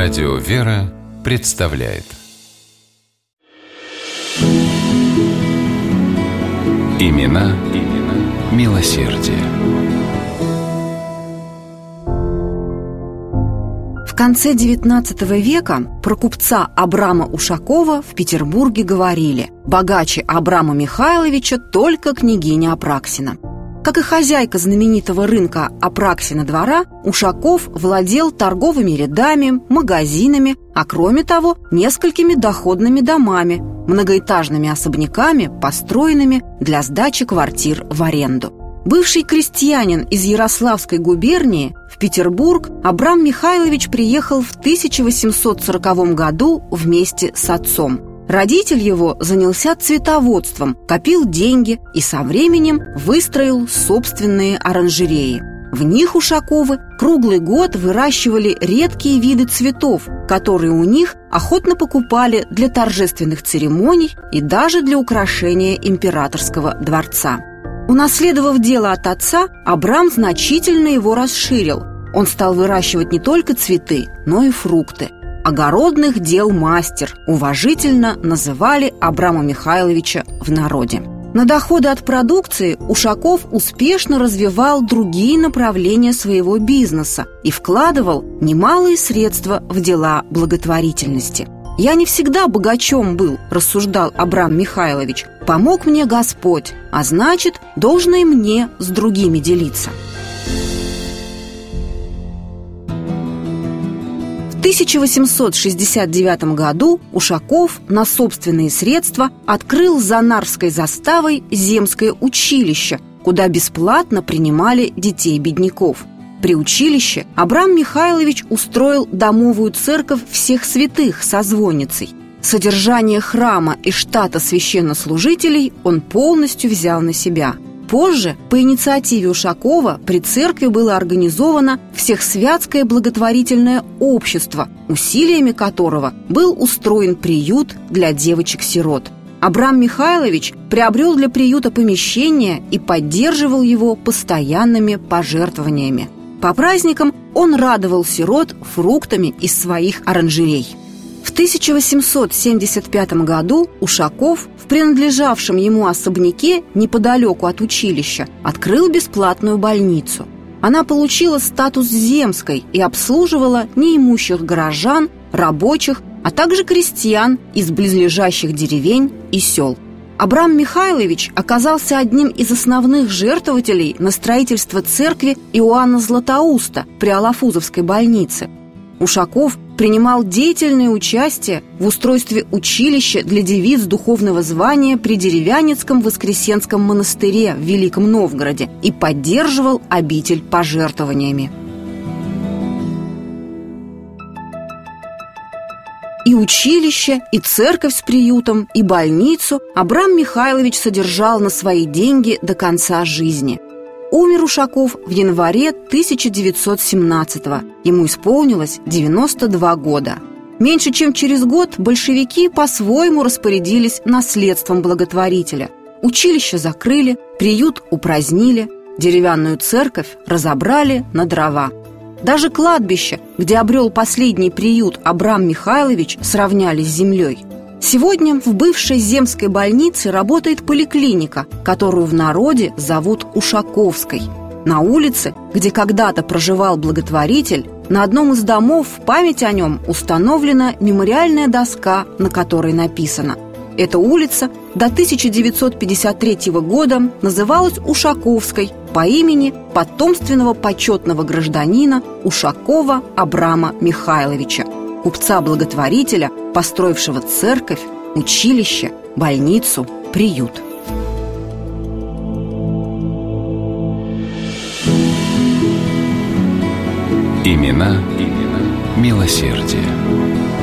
Радио «Вера» представляет Имена милосердия. В конце XIX века про купца Абрама Ушакова в Петербурге говорили: богаче Абрама Михайловича только княгиня Апраксина. Как и хозяйка знаменитого рынка Апраксина двора, Ушаков владел торговыми рядами, магазинами, а кроме того, несколькими доходными домами, многоэтажными особняками, построенными для сдачи квартир в аренду. Бывший крестьянин из Ярославской губернии в Петербург Абрам Михайлович приехал в 1840 году вместе с отцом. Родитель его занялся цветоводством, копил деньги и со временем выстроил собственные оранжереи. В них Ушаковы круглый год выращивали редкие виды цветов, которые у них охотно покупали для торжественных церемоний и даже для украшения императорского дворца. Унаследовав дело от отца, Абрам значительно его расширил. Он стал выращивать не только цветы, но и фрукты. Огородных дел мастер уважительно называли Абрама Михайловича в народе. На доходы от продукции Ушаков успешно развивал другие направления своего бизнеса и вкладывал немалые средства в дела благотворительности. «Я не всегда богачом был», – рассуждал Абрам Михайлович. «Помог мне Господь, а значит, должно и мне с другими делиться». В 1869 году Ушаков на собственные средства открыл за Нарвской заставой земское училище, куда бесплатно принимали детей бедняков. При училище Абрам Михайлович устроил домовую церковь всех святых со звонницей. Содержание храма и штата священнослужителей он полностью взял на себя. Позже, по инициативе Ушакова, при церкви было организовано Всехсвятское благотворительное общество, усилиями которого был устроен приют для девочек-сирот. Абрам Михайлович приобрел для приюта помещение и поддерживал его постоянными пожертвованиями. По праздникам он радовал сирот фруктами из своих оранжерей. В 1875 году Ушаков в принадлежавшем ему особняке неподалеку от училища открыл бесплатную больницу. Она получила статус земской и обслуживала неимущих горожан, рабочих, а также крестьян из близлежащих деревень и сел. Абрам Михайлович оказался одним из основных жертвователей на строительство церкви Иоанна Златоуста при Алафузовской больнице. Ушаков принимал деятельное участие в устройстве училища для девиц духовного звания при Деревянецком Воскресенском монастыре в Великом Новгороде и поддерживал обитель пожертвованиями. И училище, и церковь с приютом, и больницу Абрам Михайлович содержал на свои деньги до конца жизни. Умер Ушаков в январе 1917-го. Ему исполнилось 92 года. Меньше чем через год большевики по-своему распорядились наследством благотворителя. Училище закрыли, приют упразднили, деревянную церковь разобрали на дрова. Даже кладбище, где обрел последний приют Абрам Михайлович, сравняли с землей. Сегодня в бывшей земской больнице работает поликлиника, которую в народе зовут Ушаковской. На улице, где когда-то проживал благотворитель, на одном из домов в память о нем установлена мемориальная доска, на которой написано: эта улица до 1953 года называлась Ушаковской по имени потомственного почетного гражданина Ушакова Абрама Михайловича, купца-благотворителя, построившего церковь, училище, больницу, приют. Имена милосердия.